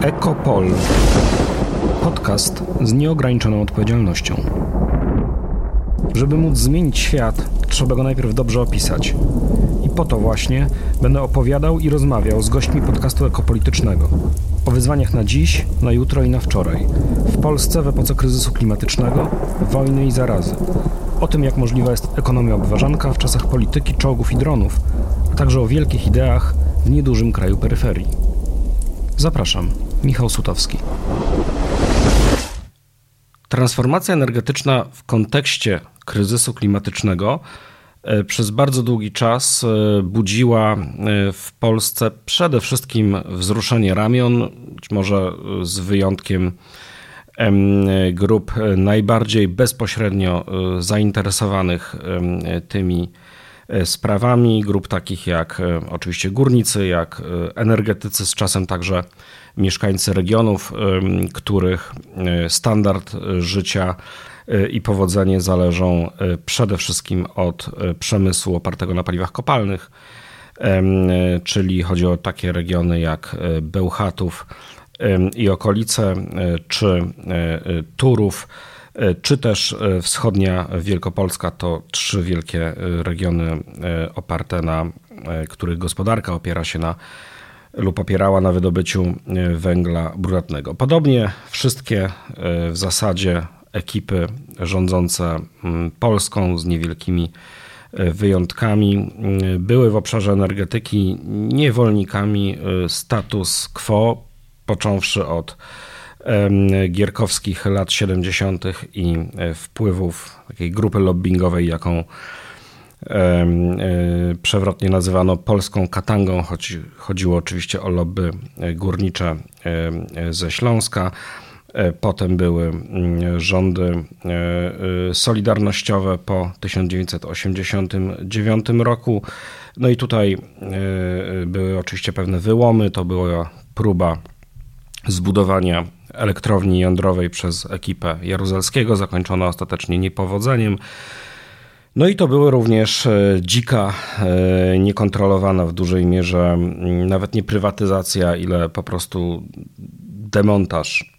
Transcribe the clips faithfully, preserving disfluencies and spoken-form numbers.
Ekopol. Podcast z nieograniczoną odpowiedzialnością. Żeby móc zmienić świat, trzeba go najpierw dobrze opisać. I po to właśnie będę opowiadał i rozmawiał z gośćmi podcastu ekopolitycznego. O wyzwaniach na dziś, na jutro i na wczoraj. W Polsce w epoce kryzysu klimatycznego, wojny i zarazy. O tym, jak możliwa jest ekonomia obważanka w czasach polityki, czołgów i dronów, a także o wielkich ideach w niedużym kraju peryferii. Zapraszam, Michał Sutowski. Transformacja energetyczna w kontekście kryzysu klimatycznego przez bardzo długi czas budziła w Polsce przede wszystkim wzruszenie ramion, być może z wyjątkiem grup najbardziej bezpośrednio zainteresowanych tymi sprawami, grup takich jak oczywiście górnicy, jak energetycy, z czasem także mieszkańcy regionów, których standard życia i powodzenie zależą przede wszystkim od przemysłu opartego na paliwach kopalnych, czyli chodzi o takie regiony jak Bełchatów i okolice, czy Turów, czy też wschodnia Wielkopolska. To trzy wielkie regiony oparte na, których gospodarka opiera się na lub opierała na wydobyciu węgla brunatnego. Podobnie wszystkie w zasadzie ekipy rządzące Polską z niewielkimi wyjątkami były w obszarze energetyki niewolnikami status quo, począwszy od gierkowskich lat siedemdziesiątych i wpływów takiej grupy lobbingowej, jaką przewrotnie nazywano polską katangą, choć chodziło oczywiście o lobby górnicze ze Śląska. Potem były rządy solidarnościowe po tysiąc dziewięćset osiemdziesiątym dziewiątym roku. No i tutaj były oczywiście pewne wyłomy. To była próba zbudowania elektrowni jądrowej przez ekipę Jaruzelskiego, zakończona ostatecznie niepowodzeniem. No i to była również dzika, niekontrolowana w dużej mierze, nawet nie prywatyzacja, ile po prostu demontaż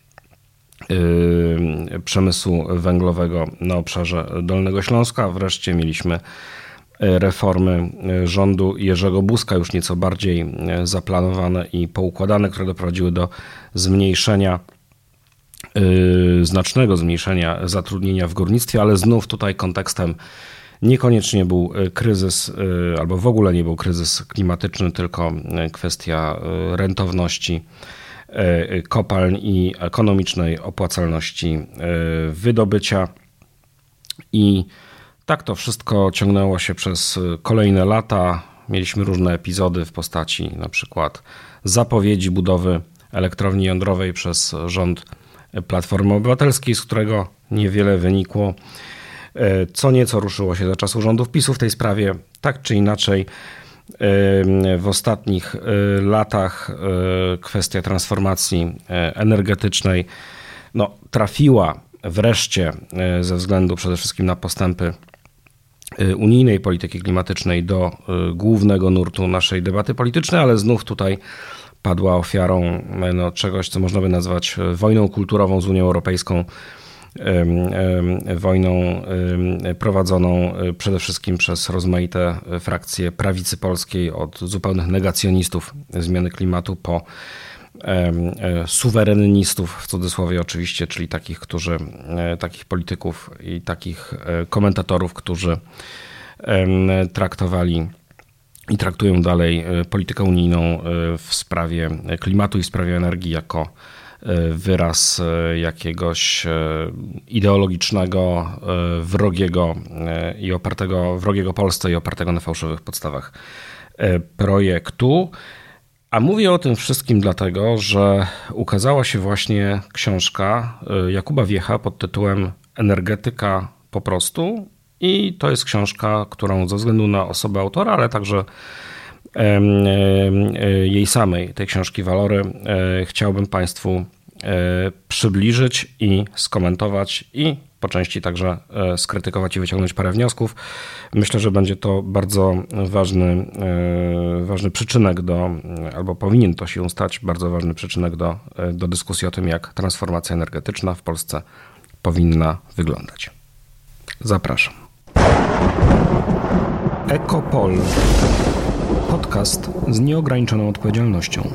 przemysłu węglowego na obszarze Dolnego Śląska. Wreszcie mieliśmy reformy rządu Jerzego Buzka, już nieco bardziej zaplanowane i poukładane, które doprowadziły do zmniejszenia, znacznego zmniejszenia zatrudnienia w górnictwie, ale znów tutaj kontekstem niekoniecznie był kryzys, albo w ogóle nie był kryzys klimatyczny, tylko kwestia rentowności kopalń i ekonomicznej opłacalności wydobycia. I tak to wszystko ciągnęło się przez kolejne lata. Mieliśmy różne epizody w postaci na przykład zapowiedzi budowy elektrowni jądrowej przez rząd Platformy Obywatelskiej, z którego niewiele wynikło. Co nieco ruszyło się za czasów rządów PiSu w tej sprawie. Tak czy inaczej w ostatnich latach kwestia transformacji energetycznej no, trafiła wreszcie ze względu przede wszystkim na postępy unijnej polityki klimatycznej do głównego nurtu naszej debaty politycznej, ale znów tutaj padła ofiarą no, czegoś, co można by nazwać wojną kulturową z Unią Europejską, wojną prowadzoną przede wszystkim przez rozmaite frakcje prawicy polskiej, od zupełnych negacjonistów zmiany klimatu po suwerennistów, w cudzysłowie oczywiście, czyli takich, którzy, takich polityków i takich komentatorów, którzy traktowali i traktują dalej politykę unijną w sprawie klimatu i w sprawie energii jako wyraz jakiegoś ideologicznego, wrogiego i opartego, wrogiego Polsce i opartego na fałszywych podstawach projektu. A mówię o tym wszystkim dlatego, że ukazała się właśnie książka Jakuba Wiecha pod tytułem Energetyka po prostu. I to jest książka, którą ze względu na osobę autora, ale także jej samej, tej książki walory, chciałbym Państwu przybliżyć i skomentować i po części także skrytykować i wyciągnąć parę wniosków. Myślę, że będzie to bardzo ważny, ważny przyczynek do, albo powinien to się stać, bardzo ważny przyczynek do, do dyskusji o tym, jak transformacja energetyczna w Polsce powinna wyglądać. Zapraszam. Ekopol. Podcast z nieograniczoną odpowiedzialnością.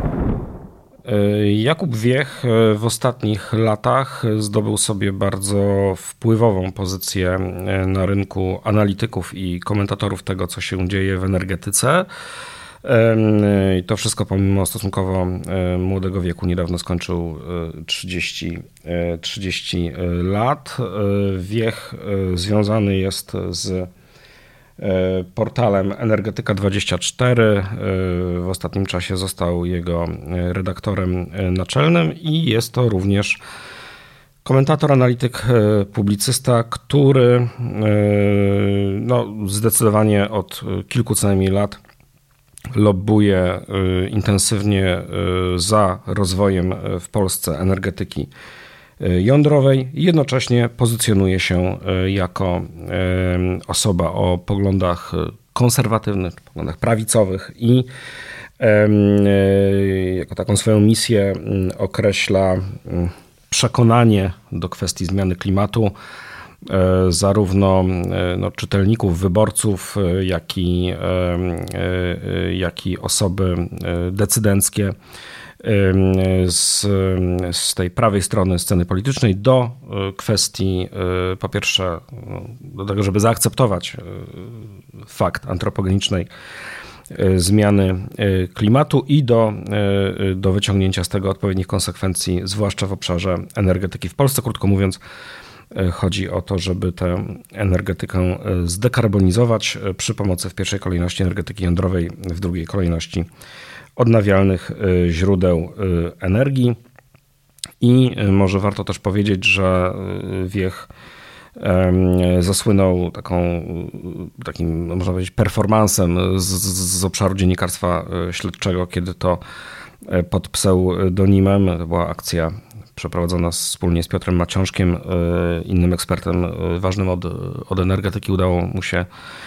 Jakub Wiech w ostatnich latach zdobył sobie bardzo wpływową pozycję na rynku analityków i komentatorów tego, co się dzieje w energetyce. I to wszystko pomimo stosunkowo młodego wieku. Niedawno skończył trzydzieści, trzydzieści lat. Wiech związany jest z portalem Energetyka dwadzieścia cztery. W ostatnim czasie został jego redaktorem naczelnym i jest to również komentator, analityk, publicysta, który no, zdecydowanie od kilku co najmniej lat lobbuje intensywnie za rozwojem w Polsce energetyki jądrowej i jednocześnie pozycjonuje się jako osoba o poglądach konserwatywnych, poglądach prawicowych i jako taką swoją misję określa przekonanie do kwestii zmiany klimatu zarówno no, czytelników, wyborców, jak i, jak i osoby decydenckie z, z tej prawej strony sceny politycznej do kwestii, po pierwsze, do tego, żeby zaakceptować fakt antropogenicznej zmiany klimatu i do, do wyciągnięcia z tego odpowiednich konsekwencji, zwłaszcza w obszarze energetyki w Polsce. Krótko mówiąc, chodzi o to, żeby tę energetykę zdekarbonizować przy pomocy w pierwszej kolejności energetyki jądrowej, w drugiej kolejności odnawialnych źródeł energii. I może warto też powiedzieć, że Wiech zasłynął taką, takim, można powiedzieć, performansem z, z obszaru dziennikarstwa śledczego, kiedy to pod pseudonimem, to była akcja przeprowadzona wspólnie z Piotrem Maciążkiem, innym ekspertem ważnym od, od energetyki, udało mu się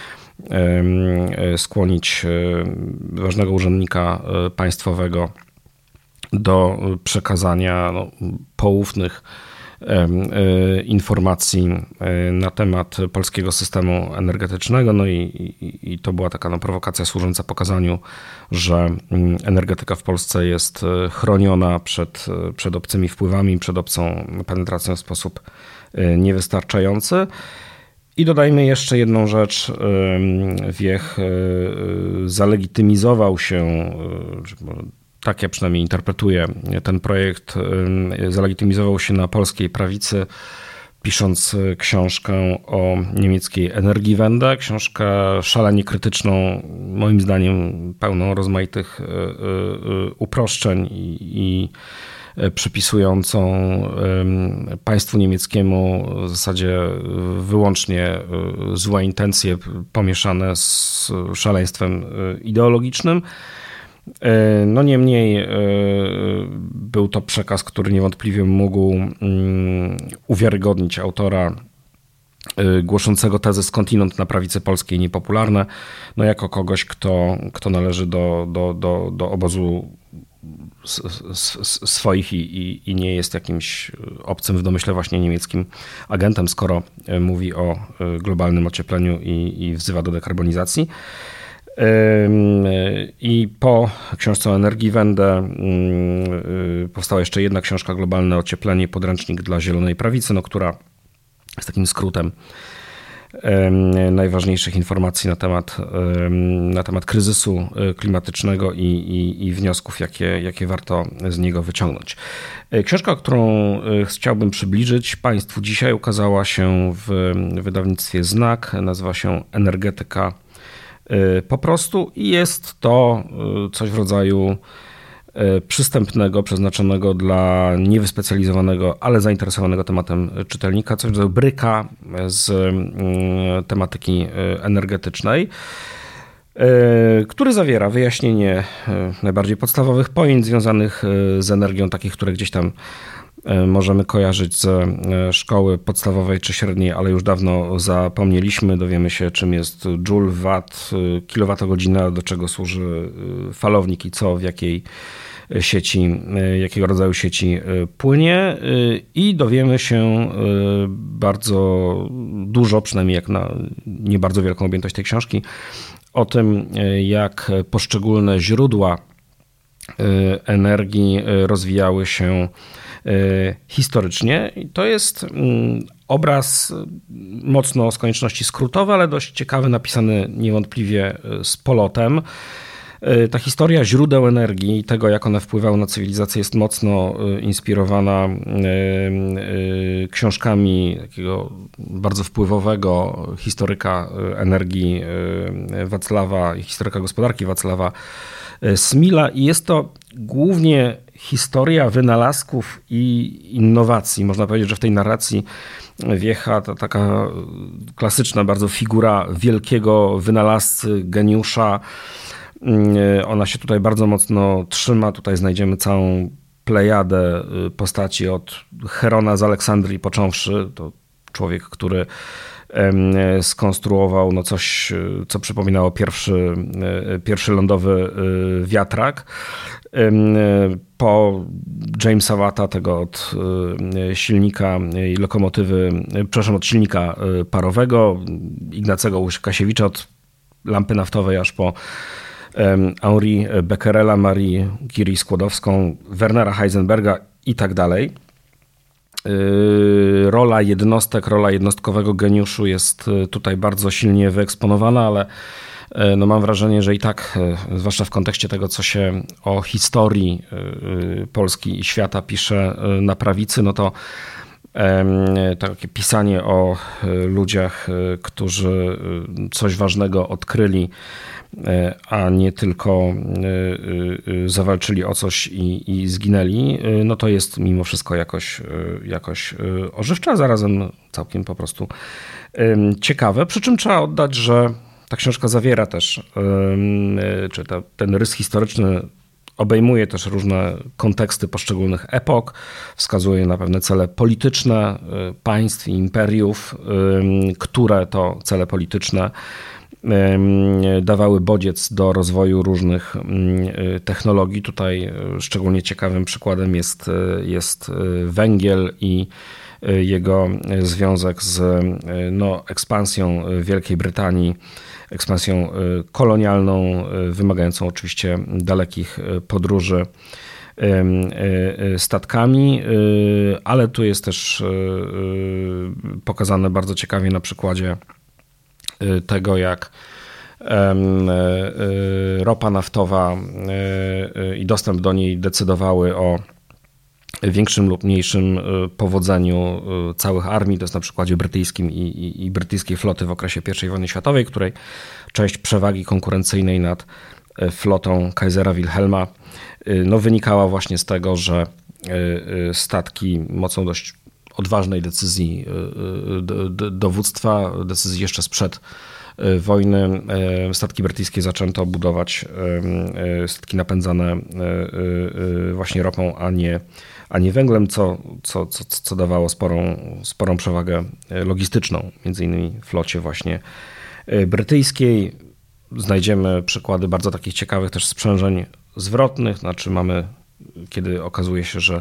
skłonić ważnego urzędnika państwowego do przekazania no, poufnych informacji na temat polskiego systemu energetycznego. No i, i, i to była taka no, prowokacja służąca pokazaniu, że energetyka w Polsce jest chroniona przed, przed obcymi wpływami, przed obcą penetracją w sposób niewystarczający. I dodajmy jeszcze jedną rzecz. Wiech zalegitymizował się, tak ja przynajmniej interpretuję ten projekt, zalegitymizował się na polskiej prawicy, pisząc książkę o niemieckiej Energiewende, książkę szalenie krytyczną, moim zdaniem pełną rozmaitych uproszczeń i, i przypisującą państwu niemieckiemu w zasadzie wyłącznie złe intencje pomieszane z szaleństwem ideologicznym. No niemniej był to przekaz, który niewątpliwie mógł uwiarygodnić autora głoszącego tezy skądinąd na prawicy polskiej niepopularne, no jako kogoś, kto, kto należy do, do, do, do obozu swoich i, i, i nie jest jakimś obcym w domyśle właśnie niemieckim agentem, skoro mówi o globalnym ociepleniu i, i wzywa do dekarbonizacji. I po książce o Energiewende powstała jeszcze jedna książka, Globalne ocieplenie, podręcznik dla zielonej prawicy, no, która jest takim skrótem najważniejszych informacji na temat, na temat kryzysu klimatycznego i, i, i wniosków, jakie, jakie warto z niego wyciągnąć. Książka, którą chciałbym przybliżyć Państwu dzisiaj, ukazała się w wydawnictwie Znak. Nazywa się Energetyka po prostu i jest to coś w rodzaju przystępnego, przeznaczonego dla niewyspecjalizowanego, ale zainteresowanego tematem czytelnika, coś w rodzaju bryka z tematyki energetycznej, który zawiera wyjaśnienie najbardziej podstawowych pojęć związanych z energią, takich, które gdzieś tam możemy kojarzyć ze szkoły podstawowej czy średniej, ale już dawno zapomnieliśmy. Dowiemy się, czym jest joule, watt, kilowatogodzina, do czego służy falownik i co w jakiej sieci, jakiego rodzaju sieci płynie, i dowiemy się bardzo dużo, przynajmniej jak na nie bardzo wielką objętość tej książki, o tym, jak poszczególne źródła energii rozwijały się historycznie. I to jest obraz mocno z konieczności skrótowy, ale dość ciekawy, napisany niewątpliwie z polotem. Ta historia źródeł energii i tego, jak one wpływały na cywilizację, jest mocno inspirowana książkami takiego bardzo wpływowego historyka energii Wacława, historyka gospodarki Wacława Smila, i jest to głównie historia wynalazków i innowacji. Można powiedzieć, że w tej narracji wjecha ta taka klasyczna bardzo figura wielkiego wynalazcy, geniusza. Ona się tutaj bardzo mocno trzyma. Tutaj znajdziemy całą plejadę postaci od Herona z Aleksandrii począwszy. To człowiek, który skonstruował no coś, co przypominało pierwszy, pierwszy lądowy wiatrak. Po Jamesa Watta, tego od silnika i lokomotywy, przepraszam, od silnika parowego, Ignacego Łukasiewicza, od lampy naftowej, aż po Henri Becquerela, Marie Curie Skłodowską, Wernera Heisenberga i tak dalej. Rola jednostek, rola jednostkowego geniuszu jest tutaj bardzo silnie wyeksponowana, ale no mam wrażenie, że i tak, zwłaszcza w kontekście tego, co się o historii Polski i świata pisze na prawicy, no to takie pisanie o ludziach, którzy coś ważnego odkryli, a nie tylko zawalczyli o coś i, i zginęli, no to jest mimo wszystko jakoś, jakoś ożywcze, a zarazem całkiem po prostu ciekawe. Przy czym trzeba oddać, że ta książka zawiera też, czy ta, ten rys historyczny obejmuje też różne konteksty poszczególnych epok, wskazuje na pewne cele polityczne państw i imperiów, które to cele polityczne dawały bodziec do rozwoju różnych technologii. Tutaj szczególnie ciekawym przykładem jest, jest węgiel i jego związek z no, ekspansją Wielkiej Brytanii, ekspansją kolonialną, wymagającą oczywiście dalekich podróży statkami, ale tu jest też pokazane bardzo ciekawie na przykładzie tego, jak ropa naftowa i dostęp do niej decydowały o większym lub mniejszym powodzeniu całych armii. To jest na przykładzie brytyjskim i, i, i brytyjskiej floty w okresie pierwszej wojny światowej, której część przewagi konkurencyjnej nad flotą Kaisera Wilhelma no, wynikała właśnie z tego, że statki mocą dość odważnej decyzji dowództwa, decyzji jeszcze sprzed wojny, statki brytyjskie zaczęto budować, statki napędzane właśnie ropą, a nie, a nie węglem, co, co, co, co dawało sporą, sporą przewagę logistyczną, między innymi flocie właśnie brytyjskiej. Znajdziemy przykłady bardzo takich ciekawych też sprzężeń zwrotnych, znaczy mamy, kiedy okazuje się, że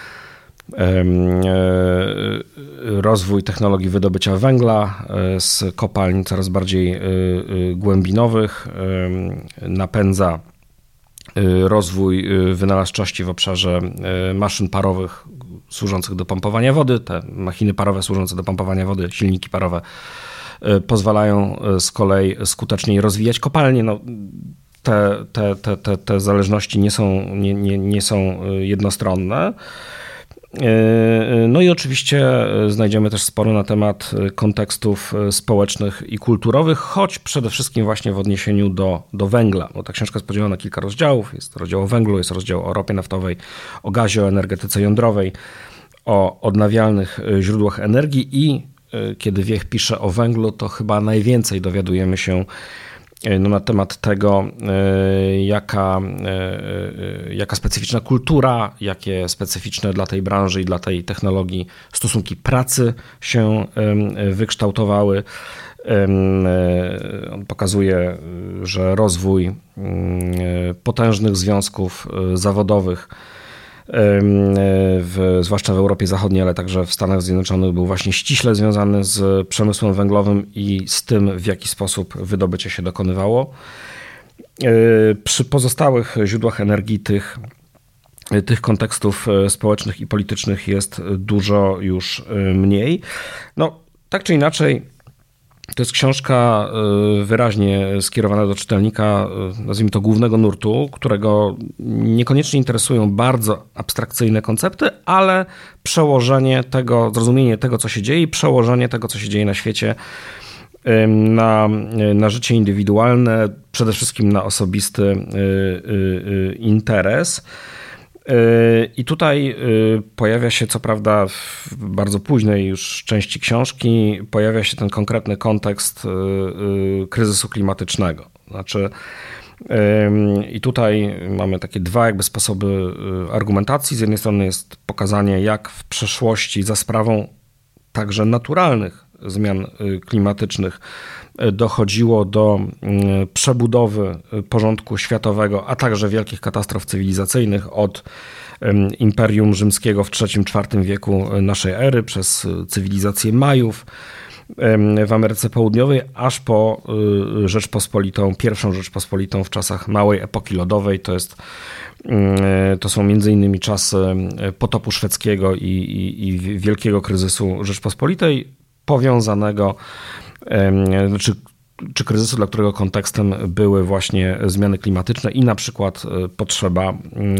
rozwój technologii wydobycia węgla z kopalń coraz bardziej głębinowych napędza rozwój wynalazczości w obszarze maszyn parowych służących do pompowania wody. Te machiny parowe służące do pompowania wody, silniki parowe pozwalają z kolei skuteczniej rozwijać kopalnie. No, te, te, te, te, te zależności nie są, nie, nie, nie są jednostronne. No i oczywiście znajdziemy też sporo na temat kontekstów społecznych i kulturowych, choć przede wszystkim właśnie w odniesieniu do, do węgla, bo ta książka jest podzielona na kilka rozdziałów. Jest rozdział o węglu, jest rozdział o ropie naftowej, o gazie, o energetyce jądrowej, o odnawialnych źródłach energii i kiedy Wiech pisze o węglu, to chyba najwięcej dowiadujemy się no, na temat tego, jaka, jaka specyficzna kultura, jakie specyficzne dla tej branży i dla tej technologii stosunki pracy się wykształtowały. On pokazuje, że rozwój potężnych związków zawodowych, w, zwłaszcza w Europie Zachodniej, ale także w Stanach Zjednoczonych, był właśnie ściśle związany z przemysłem węglowym i z tym, w jaki sposób wydobycie się dokonywało. Przy pozostałych źródłach energii tych, tych kontekstów społecznych i politycznych jest dużo już mniej. No, tak czy inaczej, to jest książka wyraźnie skierowana do czytelnika, nazwijmy to głównego nurtu, którego niekoniecznie interesują bardzo abstrakcyjne koncepty, ale przełożenie tego, zrozumienie tego, co się dzieje i przełożenie tego, co się dzieje na świecie na, na życie indywidualne, przede wszystkim na osobisty interes. I tutaj pojawia się, co prawda w bardzo późnej już części książki, pojawia się ten konkretny kontekst kryzysu klimatycznego. Znaczy, i tutaj mamy takie dwa jakby sposoby argumentacji. Z jednej strony jest pokazanie, jak w przeszłości za sprawą także naturalnych zmian klimatycznych dochodziło do przebudowy porządku światowego, a także wielkich katastrof cywilizacyjnych od Imperium Rzymskiego w trzecim czwartym wieku naszej ery, przez cywilizację Majów w Ameryce Południowej, aż po Rzeczpospolitą, pierwszą Rzeczpospolitą w czasach małej epoki lodowej. To jest, to są między innymi czasy potopu szwedzkiego i, i, i wielkiego kryzysu Rzeczpospolitej, powiązanego, czy, czy kryzysu, dla którego kontekstem były właśnie zmiany klimatyczne i na przykład potrzeba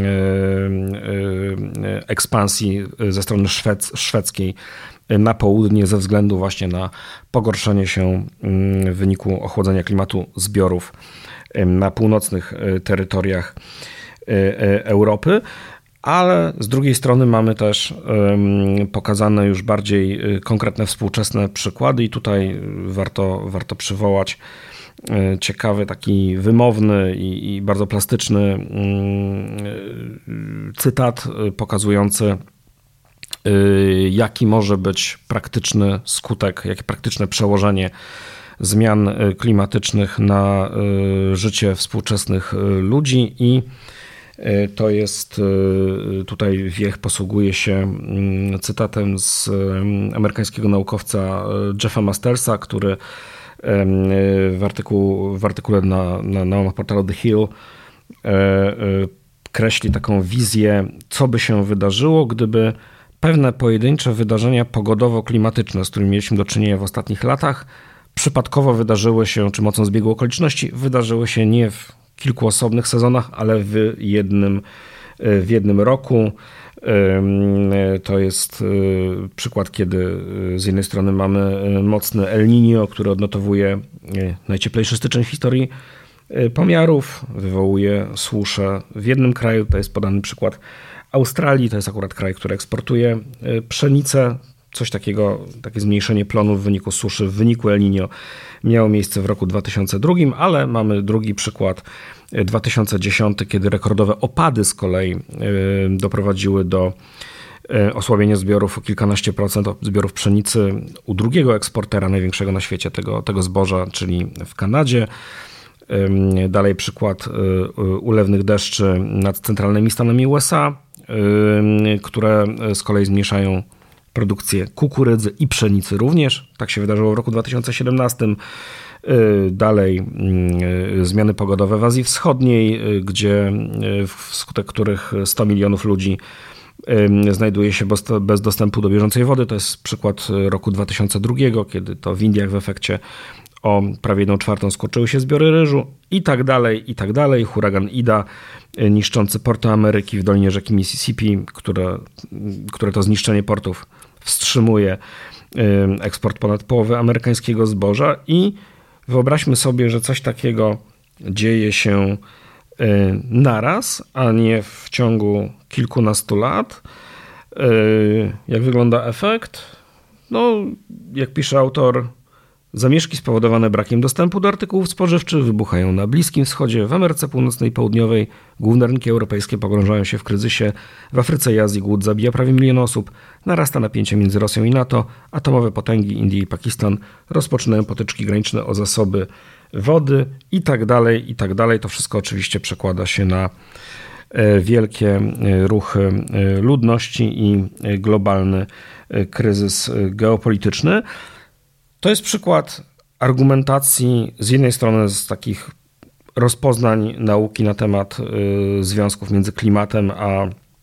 ekspansji ze strony szwed, szwedzkiej na południe ze względu właśnie na pogorszenie się w wyniku ochłodzenia klimatu zbiorów na północnych terytoriach Europy. Ale z drugiej strony mamy też pokazane już bardziej konkretne współczesne przykłady i tutaj warto, warto przywołać ciekawy, taki wymowny i, i bardzo plastyczny cytat pokazujący, jaki może być praktyczny skutek, jakie praktyczne przełożenie zmian klimatycznych na życie współczesnych ludzi. I to jest, tutaj Wiech posługuje się cytatem z amerykańskiego naukowca Jeffa Mastersa, który w, artykuł, w artykule na, na, na portalu The Hill kreśli taką wizję, co by się wydarzyło, gdyby pewne pojedyncze wydarzenia pogodowo-klimatyczne, z którymi mieliśmy do czynienia w ostatnich latach, przypadkowo wydarzyły się, czy mocą zbiegu okoliczności, wydarzyły się nie w kilku osobnych sezonach, ale w jednym, w jednym roku. To jest przykład, kiedy z jednej strony mamy mocny El Niño, który odnotowuje najcieplejszy styczeń w historii pomiarów, wywołuje suszę w jednym kraju. To jest podany przykład Australii, to jest akurat kraj, który eksportuje pszenicę. Coś takiego, takie zmniejszenie plonów w wyniku suszy, w wyniku El Niño miało miejsce w roku dwa tysiące drugim, ale mamy drugi przykład, dwa tysiące dziesiąty, kiedy rekordowe opady z kolei doprowadziły do osłabienia zbiorów o kilkanaście procent zbiorów pszenicy u drugiego eksportera największego na świecie tego, tego zboża, czyli w Kanadzie. Dalej przykład ulewnych deszczy nad centralnymi Stanami U S A, które z kolei zmniejszają produkcję kukurydzy i pszenicy również. Tak się wydarzyło w roku dwa tysiące siedemnastym. Dalej zmiany pogodowe w Azji Wschodniej, gdzie wskutek których sto milionów ludzi znajduje się bez dostępu do bieżącej wody. To jest przykład roku dwa tysiące drugiego, kiedy to w Indiach w efekcie o prawie jedną czwartą skurczyły się zbiory ryżu i tak dalej, i tak dalej. Huragan Ida niszczący porty Ameryki w dolinie rzeki Mississippi, które, które to zniszczenie portów wstrzymuje eksport ponad połowy amerykańskiego zboża. I wyobraźmy sobie, że coś takiego dzieje się naraz, a nie w ciągu kilkunastu lat. Jak wygląda efekt? No, jak pisze autor, Zamieszki spowodowane brakiem dostępu do artykułów spożywczych wybuchają na Bliskim Wschodzie, w Ameryce Północnej i Południowej. Główne rynki europejskie pogrążają się w kryzysie. W Afryce i Azji głód zabija prawie milion osób. Narasta napięcie między Rosją i NATO. Atomowe potęgi Indie i Pakistan rozpoczynają potyczki graniczne o zasoby wody i tak dalej, i tak dalej. To wszystko oczywiście przekłada się na wielkie ruchy ludności i globalny kryzys geopolityczny. To jest przykład argumentacji z jednej strony z takich rozpoznań nauki na temat związków między klimatem a,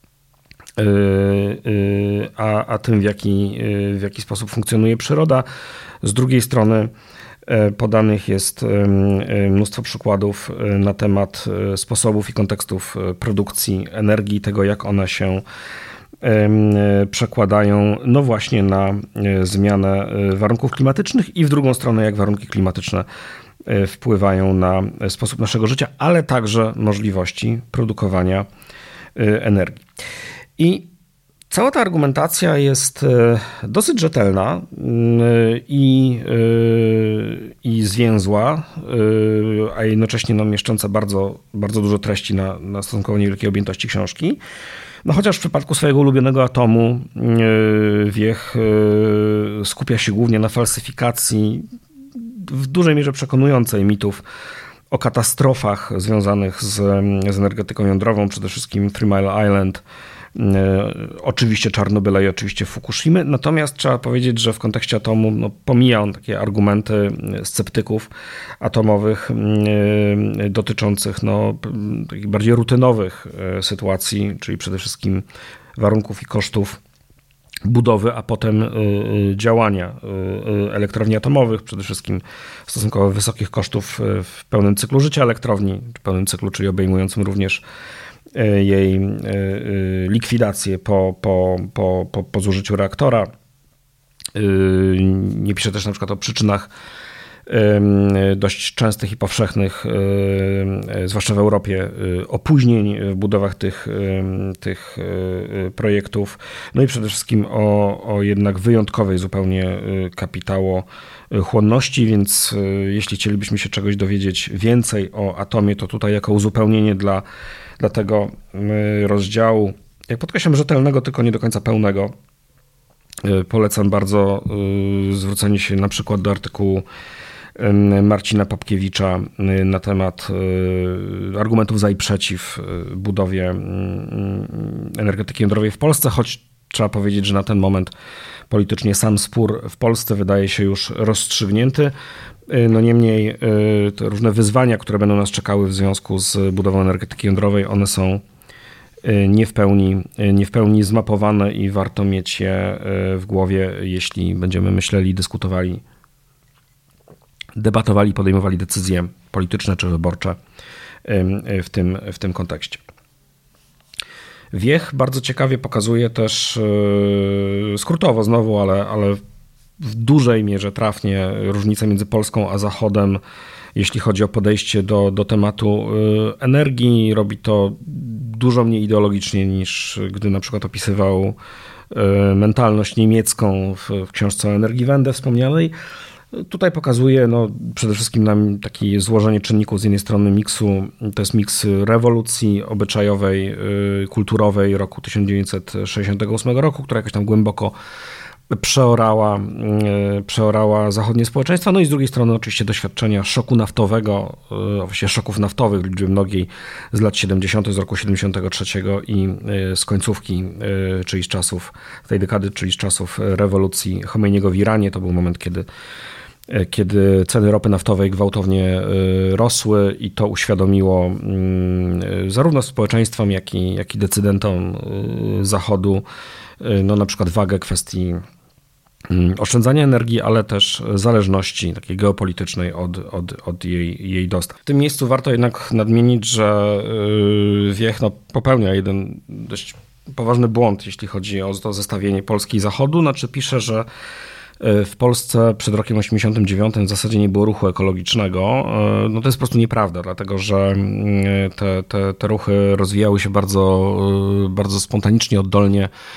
a, a tym, w jaki, w jaki sposób funkcjonuje przyroda. Z drugiej strony podanych jest mnóstwo przykładów na temat sposobów i kontekstów produkcji energii, tego jak one się przekładają no właśnie na zmianę warunków klimatycznych i w drugą stronę jak warunki klimatyczne wpływają na sposób naszego życia, ale także możliwości produkowania energii. I cała ta argumentacja jest dosyć rzetelna i, i zwięzła, a jednocześnie no, mieszcząca bardzo, bardzo dużo treści na, na stosunkowo niewielkiej objętości książki. No chociaż w przypadku swojego ulubionego atomu Wiech skupia się głównie na falsyfikacji w dużej mierze przekonującej mitów o katastrofach związanych z, z energetyką jądrową, przede wszystkim Three Mile Island, oczywiście Czarnobyla i oczywiście Fukushimy. Natomiast trzeba powiedzieć, że w kontekście atomu no, pomija on takie argumenty sceptyków atomowych dotyczących no, takich bardziej rutynowych sytuacji, czyli przede wszystkim warunków i kosztów budowy, a potem działania elektrowni atomowych, przede wszystkim stosunkowo wysokich kosztów w pełnym cyklu życia elektrowni, w pełnym cyklu, czyli obejmującym również jej likwidację po, po, po, po, po zużyciu reaktora. Nie piszę też na przykład o przyczynach dość częstych i powszechnych, zwłaszcza w Europie, opóźnień w budowach tych, tych projektów. No i przede wszystkim o, o jednak wyjątkowej zupełnie kapitałochłonności, więc jeśli chcielibyśmy się czegoś dowiedzieć więcej o atomie, to tutaj jako uzupełnienie dla, dla tego rozdziału, jak podkreślam, rzetelnego, tylko nie do końca pełnego, polecam bardzo zwrócenie się na przykład do artykułu Marcina Papkiewicza na temat argumentów za i przeciw budowie energetyki jądrowej w Polsce, choć trzeba powiedzieć, że na ten moment politycznie sam spór w Polsce wydaje się już rozstrzygnięty. No niemniej te różne wyzwania, które będą nas czekały w związku z budową energetyki jądrowej, one są nie w pełni, nie w pełni zmapowane i warto mieć je w głowie, jeśli będziemy myśleli, dyskutowali, debatowali, podejmowali decyzje polityczne czy wyborcze w tym, w tym kontekście. Wiech bardzo ciekawie pokazuje też, skrótowo znowu, ale, ale w dużej mierze trafnie, różnicę między Polską a Zachodem, jeśli chodzi o podejście do, do tematu energii. Robi to dużo mniej ideologicznie niż gdy na przykład opisywał mentalność niemiecką w, w książce o Energiewende wspomnianej. Tutaj pokazuje no, przede wszystkim nam takie złożenie czynników z jednej strony miksu, to jest miks rewolucji obyczajowej, kulturowej roku tysiąc dziewięćset sześćdziesiątego ósmego roku, która jakoś tam głęboko przeorała, przeorała zachodnie społeczeństwa, no i z drugiej strony oczywiście doświadczenia szoku naftowego, właściwie szoków naftowych w liczbie mnogiej z lat siedemdziesiątych, z roku siedemdziesiątego trzeciego i z końcówki, czyli z czasów tej dekady, czyli z czasów rewolucji Chomejniego w Iranie. To był moment, kiedy kiedy ceny ropy naftowej gwałtownie rosły i to uświadomiło zarówno społeczeństwom, jak i, jak i decydentom Zachodu no, na przykład wagę kwestii oszczędzania energii, ale też zależności takiej geopolitycznej od, od, od jej, jej dostaw. W tym miejscu warto jednak nadmienić, że Wiech no, popełnia jeden dość poważny błąd, jeśli chodzi o to zestawienie Polski i Zachodu. Znaczy pisze, że w Polsce przed rokiem osiemdziesiątym dziewiątym w zasadzie nie było ruchu ekologicznego. No to jest po prostu nieprawda, dlatego że te, te, te ruchy rozwijały się bardzo, bardzo spontanicznie, oddolnie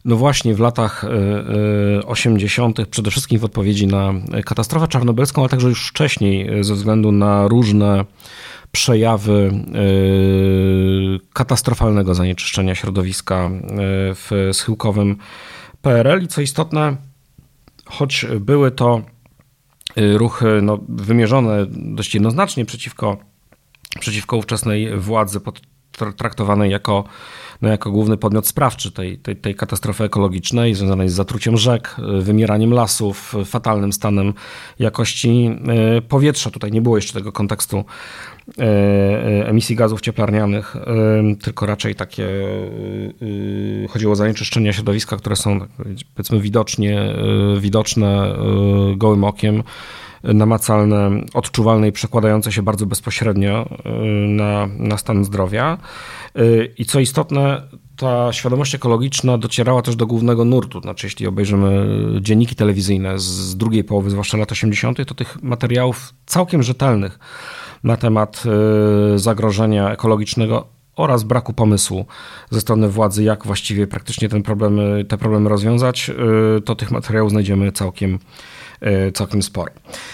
No właśnie w latach osiemdziesiątych, przede wszystkim w odpowiedzi na katastrofę czarnobylską, ale także już wcześniej ze względu na różne przejawy katastrofalnego zanieczyszczenia środowiska w schyłkowym P R L i co istotne, choć były to ruchy no, wymierzone dość jednoznacznie przeciwko, przeciwko ówczesnej władzy, traktowanej jako, no, jako główny podmiot sprawczy tej, tej, tej katastrofy ekologicznej związanej z zatruciem rzek, wymieraniem lasów, fatalnym stanem jakości powietrza. Tutaj nie było jeszcze tego kontekstu emisji gazów cieplarnianych, tylko raczej takie chodziło o zanieczyszczenia środowiska, które są powiedzmy widocznie, widoczne gołym okiem, namacalne, odczuwalne i przekładające się bardzo bezpośrednio na, na stan zdrowia. I co istotne, ta świadomość ekologiczna docierała też do głównego nurtu. Znaczy, jeśli obejrzymy dzienniki telewizyjne z drugiej połowy, zwłaszcza lat osiemdziesiątych, to tych materiałów całkiem rzetelnych na temat zagrożenia ekologicznego oraz braku pomysłu ze strony władzy, jak właściwie praktycznie ten problem, te problemy rozwiązać, to tych materiałów znajdziemy całkiem, całkiem sporo.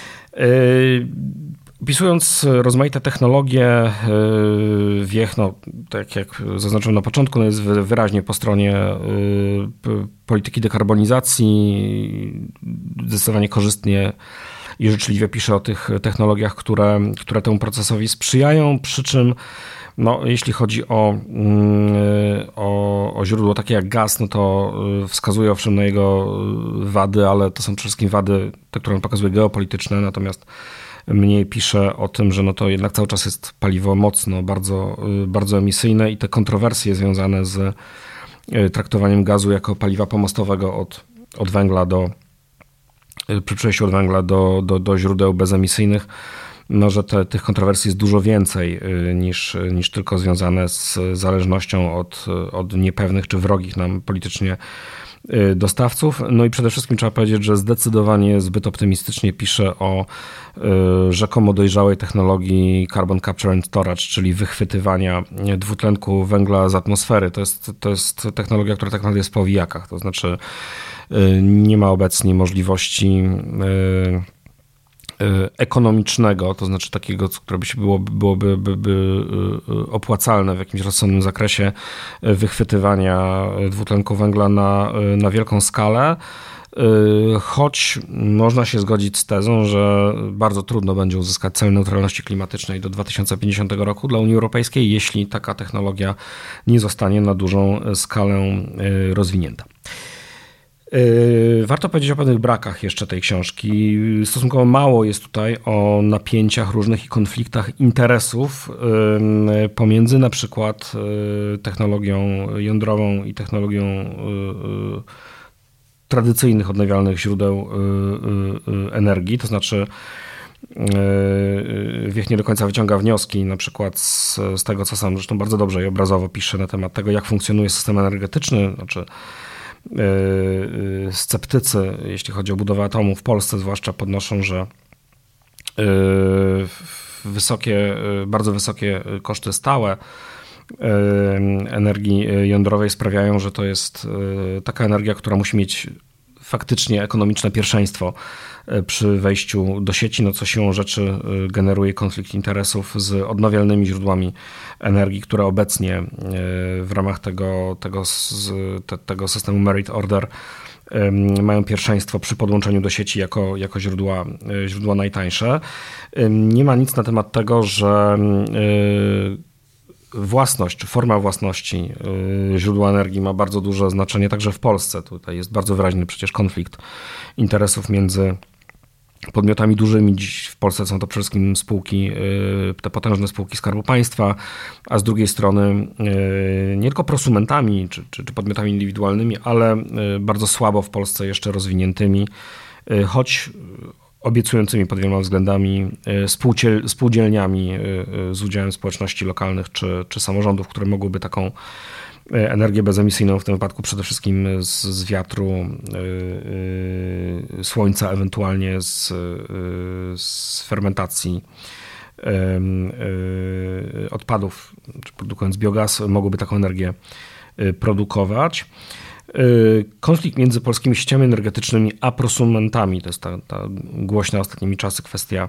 Opisując rozmaite technologie, Wiech, no, tak jak zaznaczyłem na początku, no jest wyraźnie po stronie polityki dekarbonizacji, zdecydowanie korzystnie i życzliwie pisze o tych technologiach, które, które temu procesowi sprzyjają, przy czym no, jeśli chodzi o, o, o źródło takie jak gaz, no to wskazuje owszem na jego wady, ale to są przede wszystkim wady, te, które on pokazuje, geopolityczne, natomiast mniej pisze o tym, że no to jednak cały czas jest paliwo mocno, bardzo, bardzo emisyjne i te kontrowersje związane z traktowaniem gazu jako paliwa pomostowego od, od węgla do, przy przejściu od węgla do, do, do źródeł bezemisyjnych, no, że te, tych kontrowersji jest dużo więcej niż, niż tylko związane z zależnością od, od niepewnych czy wrogich nam politycznie dostawców. No i przede wszystkim trzeba powiedzieć, że zdecydowanie zbyt optymistycznie pisze o rzekomo dojrzałej technologii carbon capture and storage, czyli wychwytywania dwutlenku węgla z atmosfery. To jest, to jest technologia, która tak naprawdę jest po owijakach, to znaczy nie ma obecnie możliwości ekonomicznego, to znaczy takiego, które by się było, byłoby by, by opłacalne w jakimś rozsądnym zakresie wychwytywania dwutlenku węgla na, na wielką skalę, choć można się zgodzić z tezą, że bardzo trudno będzie uzyskać cel neutralności klimatycznej do dwa tysiące pięćdziesiątego roku dla Unii Europejskiej, jeśli taka technologia nie zostanie na dużą skalę rozwinięta. Warto powiedzieć o pewnych brakach jeszcze tej książki. Stosunkowo mało jest tutaj o napięciach różnych i konfliktach interesów pomiędzy na przykład technologią jądrową i technologią tradycyjnych odnawialnych źródeł energii, to znaczy Wiech nie do końca wyciąga wnioski na przykład z, z tego, co sam zresztą bardzo dobrze i obrazowo pisze na temat tego, jak funkcjonuje system energetyczny, znaczy sceptycy, jeśli chodzi o budowę atomu w Polsce zwłaszcza, podnoszą, że wysokie, bardzo wysokie koszty stałe energii jądrowej sprawiają, że to jest taka energia, która musi mieć faktycznie ekonomiczne pierwszeństwo przy wejściu do sieci, no co siłą rzeczy generuje konflikt interesów z odnawialnymi źródłami energii, które obecnie w ramach tego, tego, te, tego systemu merit order mają pierwszeństwo przy podłączeniu do sieci jako, jako źródła, źródła najtańsze. Nie ma nic na temat tego, że własność, czy forma własności źródła energii ma bardzo duże znaczenie także w Polsce. Tutaj jest bardzo wyraźny przecież konflikt interesów między podmiotami dużymi. Dziś w Polsce są to przede wszystkim spółki, te potężne spółki Skarbu Państwa, a z drugiej strony nie tylko prosumentami czy, czy, czy podmiotami indywidualnymi, ale bardzo słabo w Polsce jeszcze rozwiniętymi, choć obiecującymi pod wieloma względami spółdziel, spółdzielniami z udziałem społeczności lokalnych czy, czy samorządów, które mogłyby taką energię bezemisyjną, w tym wypadku przede wszystkim z, z wiatru, yy, słońca, ewentualnie z, yy, z fermentacji yy, odpadów, czy produkując biogaz, mogłyby taką energię produkować. Konflikt między polskimi sieciami energetycznymi a prosumentami, to jest ta, ta głośna ostatnimi czasy kwestia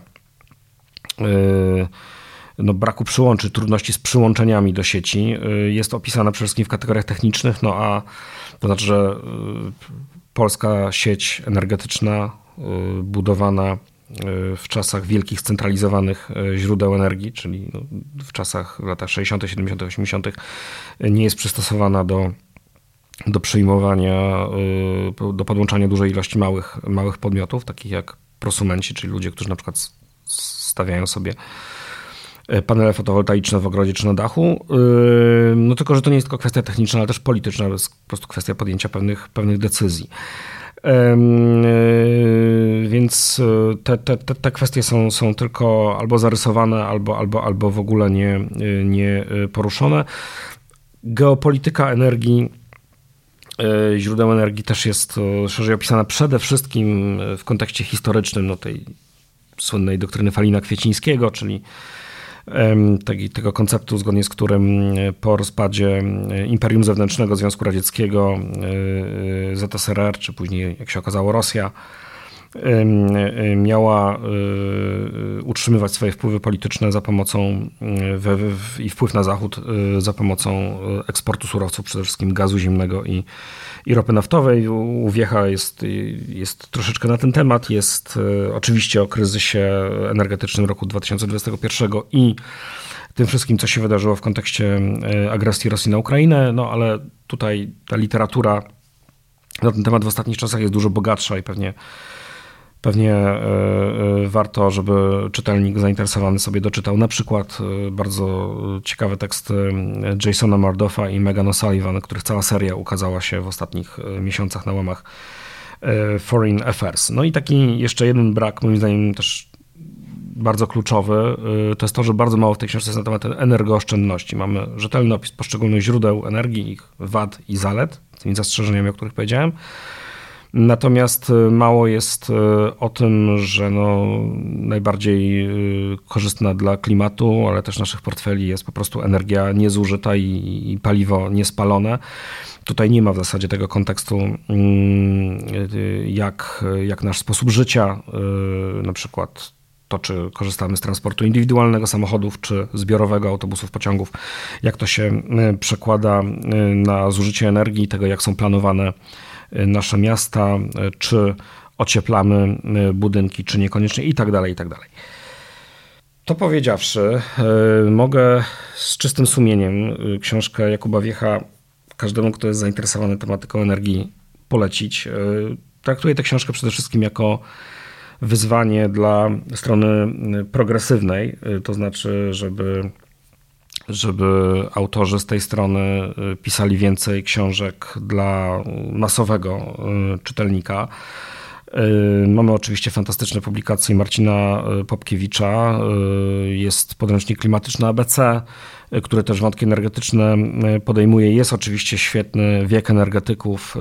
no, braku przyłączy, trudności z przyłączeniami do sieci, jest opisana przede wszystkim w kategoriach technicznych, no a to znaczy, że polska sieć energetyczna budowana w czasach wielkich scentralizowanych źródeł energii, czyli no w czasach w latach sześćdziesiątych, siedemdziesiątych, osiemdziesiątych nie jest przystosowana do, do przyjmowania, do podłączania dużej ilości małych, małych podmiotów, takich jak prosumenci, czyli ludzie, którzy na przykład stawiają sobie panele fotowoltaiczne w ogrodzie czy na dachu. No tylko, że to nie jest tylko kwestia techniczna, ale też polityczna, to jest po prostu kwestia podjęcia pewnych, pewnych decyzji. Więc te, te, te kwestie są, są tylko albo zarysowane, albo, albo, albo w ogóle nie, nie poruszone. Geopolityka energii, źródeł energii też jest szerzej opisana przede wszystkim w kontekście historycznym, no tej słynnej doktryny Falina-Kwiecińskiego, czyli tego konceptu, zgodnie z którym po rozpadzie Imperium Zewnętrznego Związku Radzieckiego, Z S R R, czy później, jak się okazało, Rosja, miała utrzymywać swoje wpływy polityczne za pomocą i wpływ na Zachód za pomocą eksportu surowców, przede wszystkim gazu ziemnego i, i ropy naftowej. U Wiecha jest, jest troszeczkę na ten temat. Jest oczywiście o kryzysie energetycznym roku dwa tysiące dwudziestego pierwszego i tym wszystkim, co się wydarzyło w kontekście agresji Rosji na Ukrainę, no ale tutaj ta literatura na ten temat w ostatnich czasach jest dużo bogatsza i pewnie Pewnie warto, żeby czytelnik zainteresowany sobie doczytał na przykład bardzo ciekawe teksty Jasona Murdoffa i Megan O'Sullivan, których cała seria ukazała się w ostatnich miesiącach na łamach Foreign Affairs. No i taki jeszcze jeden brak, moim zdaniem też bardzo kluczowy, to jest to, że bardzo mało w tej książce jest na temat energooszczędności. Mamy rzetelny opis poszczególnych źródeł energii, ich wad i zalet, z tymi zastrzeżeniami, o których powiedziałem. Natomiast mało jest o tym, że no najbardziej korzystna dla klimatu, ale też naszych portfeli jest po prostu energia niezużyta i, i paliwo niespalone. Tutaj nie ma w zasadzie tego kontekstu, jak, jak nasz sposób życia, na przykład to, czy korzystamy z transportu indywidualnego, samochodów, czy zbiorowego, autobusów, pociągów, jak to się przekłada na zużycie energii, tego jak są planowane nasze miasta, czy ocieplamy budynki, czy niekoniecznie i tak dalej, i tak dalej. To powiedziawszy, mogę z czystym sumieniem książkę Jakuba Wiecha każdemu, kto jest zainteresowany tematyką energii, polecić. Traktuję tę książkę przede wszystkim jako wyzwanie dla strony progresywnej, to znaczy, żeby żeby autorzy z tej strony pisali więcej książek dla masowego czytelnika. Mamy oczywiście fantastyczne publikacje Marcina Popkiewicza. Jest podręcznik klimatyczny A B C, który też wątki energetyczne podejmuje. Jest oczywiście świetny Wiek energetyków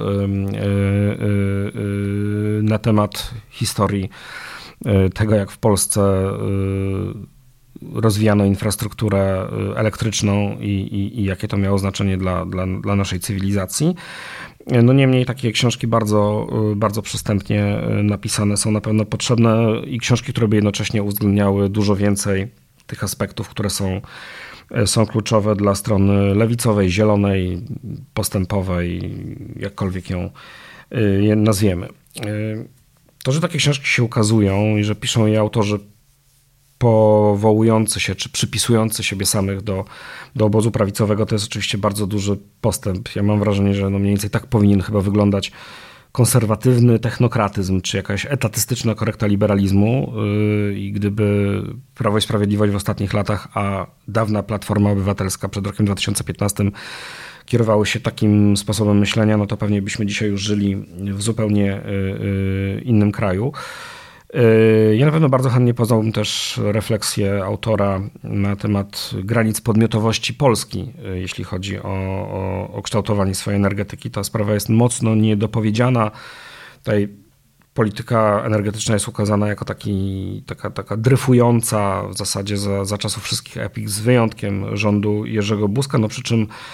na temat historii tego, jak w Polsce rozwijano infrastrukturę elektryczną i, i, i jakie to miało znaczenie dla, dla, dla naszej cywilizacji. No niemniej takie książki bardzo, bardzo przystępnie napisane są na pewno potrzebne i książki, które by jednocześnie uwzględniały dużo więcej tych aspektów, które są, są kluczowe dla strony lewicowej, zielonej, postępowej, jakkolwiek ją nazwiemy. To, że takie książki się ukazują i że piszą je autorzy powołujący się czy przypisujący siebie samych do, do obozu prawicowego, to jest oczywiście bardzo duży postęp. Ja mam wrażenie, że no mniej więcej tak powinien chyba wyglądać konserwatywny technokratyzm, czy jakaś etatystyczna korekta liberalizmu. I gdyby Prawo i Sprawiedliwość w ostatnich latach, a dawna Platforma Obywatelska przed rokiem dwa tysiące piętnastym kierowały się takim sposobem myślenia, no to pewnie byśmy dzisiaj już żyli w zupełnie innym kraju. Ja na pewno bardzo chętnie poznałbym też refleksję autora na temat granic podmiotowości Polski, jeśli chodzi o, o, o kształtowanie swojej energetyki. Ta sprawa jest mocno niedopowiedziana. Tutaj polityka energetyczna jest ukazana jako taki, taka, taka dryfująca w zasadzie za, za czasów wszystkich epik, z wyjątkiem rządu Jerzego Buzka, no przy czym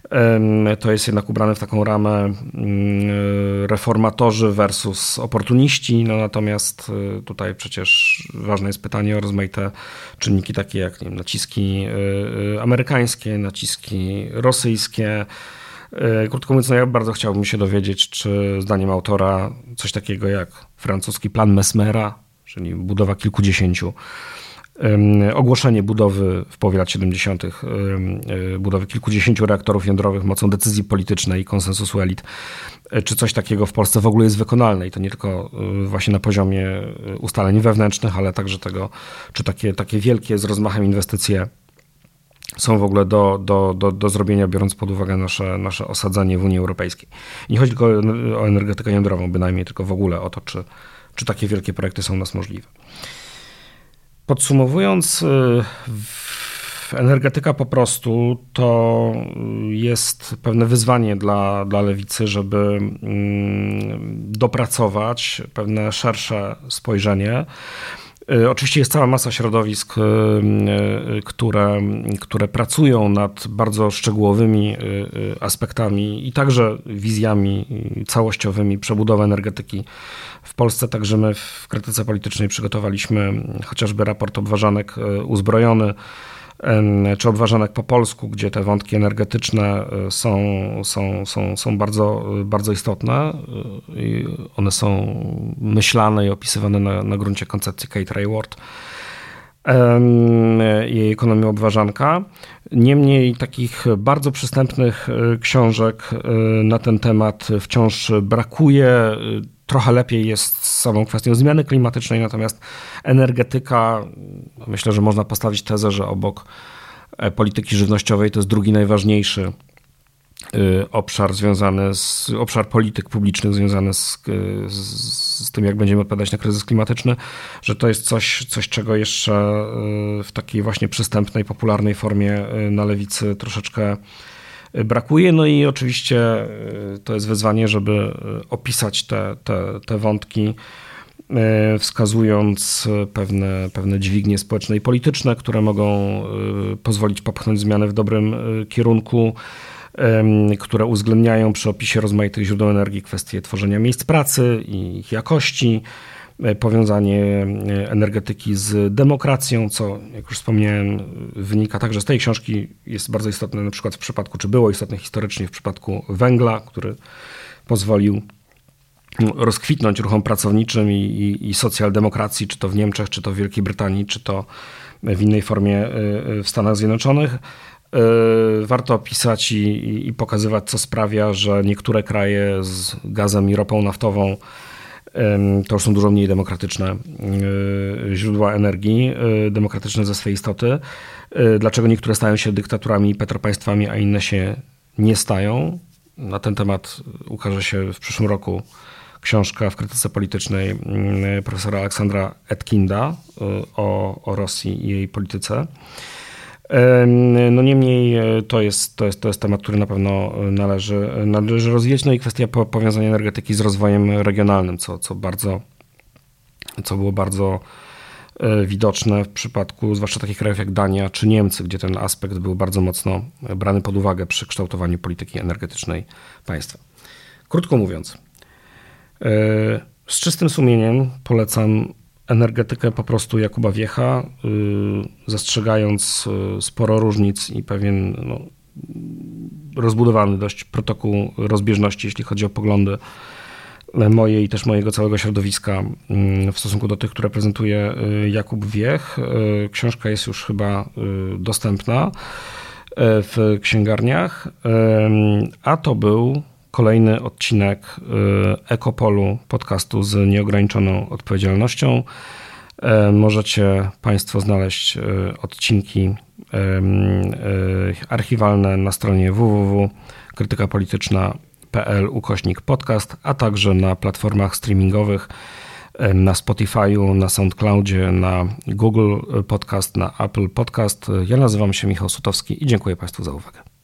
To jest jednak ubrane w taką ramę reformatorzy versus oportuniści, no natomiast tutaj przecież ważne jest pytanie o rozmaite czynniki takie jak nie wiem, naciski amerykańskie, naciski rosyjskie. Krótko mówiąc, no ja bardzo chciałbym się dowiedzieć, czy zdaniem autora coś takiego jak francuski plan Mesmera, czyli budowa kilkudziesięciu, ogłoszenie budowy w połowie lat siedemdziesiątych budowy kilkudziesięciu reaktorów jądrowych mocą decyzji politycznej i konsensusu elit, czy coś takiego w Polsce w ogóle jest wykonalne i to nie tylko właśnie na poziomie ustaleń wewnętrznych, ale także tego, czy takie, takie wielkie z rozmachem inwestycje są w ogóle do, do, do, do zrobienia, biorąc pod uwagę nasze, nasze osadzenie w Unii Europejskiej. Nie chodzi tylko o energetykę jądrową bynajmniej, tylko w ogóle o to, czy, czy takie wielkie projekty są u nas możliwe. Podsumowując, energetyka po prostu to jest pewne wyzwanie dla, dla lewicy, żeby dopracować pewne szersze spojrzenie. Oczywiście jest cała masa środowisk, które, które pracują nad bardzo szczegółowymi aspektami i także wizjami całościowymi przebudowy energetyki w Polsce. Także my w krytyce politycznej przygotowaliśmy chociażby raport Obważanek uzbrojony, czy Obważanek po polsku, gdzie te wątki energetyczne są, są, są, są bardzo, bardzo istotne. I one są myślane i opisywane na, na gruncie koncepcji Kate Raworth i jej ekonomii Obważanka. Niemniej takich bardzo przystępnych książek na ten temat wciąż brakuje. Trochę lepiej jest z samą kwestią zmiany klimatycznej, natomiast energetyka, myślę, że można postawić tezę, że obok polityki żywnościowej to jest drugi najważniejszy obszar związany z, obszar polityk publicznych związany z, z, z tym, jak będziemy odpowiadać na kryzys klimatyczny, że to jest coś, coś, czego jeszcze w takiej właśnie przystępnej, popularnej formie na lewicy troszeczkę brakuje. No i oczywiście to jest wyzwanie, żeby opisać te, te, te wątki, wskazując pewne, pewne dźwignie społeczne i polityczne, które mogą pozwolić popchnąć zmiany w dobrym kierunku, które uwzględniają przy opisie rozmaitych źródeł energii kwestie tworzenia miejsc pracy i ich jakości, powiązanie energetyki z demokracją, co, jak już wspomniałem, wynika także z tej książki, jest bardzo istotne na przykład w przypadku, czy było istotne historycznie w przypadku węgla, który pozwolił rozkwitnąć ruchom pracowniczym i, i, i socjaldemokracji, czy to w Niemczech, czy to w Wielkiej Brytanii, czy to w innej formie w Stanach Zjednoczonych. Warto opisać i, i pokazywać, co sprawia, że niektóre kraje z gazem i ropą naftową to już są dużo mniej demokratyczne źródła energii, demokratyczne ze swej istoty. Dlaczego niektóre stają się dyktaturami i petropaństwami, a inne się nie stają? Na ten temat ukaże się w przyszłym roku książka w krytyce politycznej profesora Aleksandra Etkinda o, o Rosji i jej polityce. No niemniej to jest, to, jest, to jest temat, który na pewno należy, należy rozwijać. No i kwestia powiązania energetyki z rozwojem regionalnym, co, co, bardzo, co było bardzo widoczne w przypadku zwłaszcza takich krajów jak Dania czy Niemcy, gdzie ten aspekt był bardzo mocno brany pod uwagę przy kształtowaniu polityki energetycznej państwa. Krótko mówiąc, z czystym sumieniem polecam energetykę po prostu Jakuba Wiecha, zastrzegając sporo różnic i pewien no, rozbudowany dość protokół rozbieżności, jeśli chodzi o poglądy moje i też mojego całego środowiska w stosunku do tych, które prezentuje Jakub Wiech. Książka jest już chyba dostępna w księgarniach, a to był kolejny odcinek Ekopolu, podcastu z nieograniczoną odpowiedzialnością. Możecie Państwo znaleźć odcinki archiwalne na stronie w w w kropka krytyka polityczna kropka p l ukośnik podcast, a także na platformach streamingowych, na Spotify'u, na SoundCloudzie, na Google Podcast, na Apple Podcast. Ja nazywam się Michał Sutowski i dziękuję Państwu za uwagę.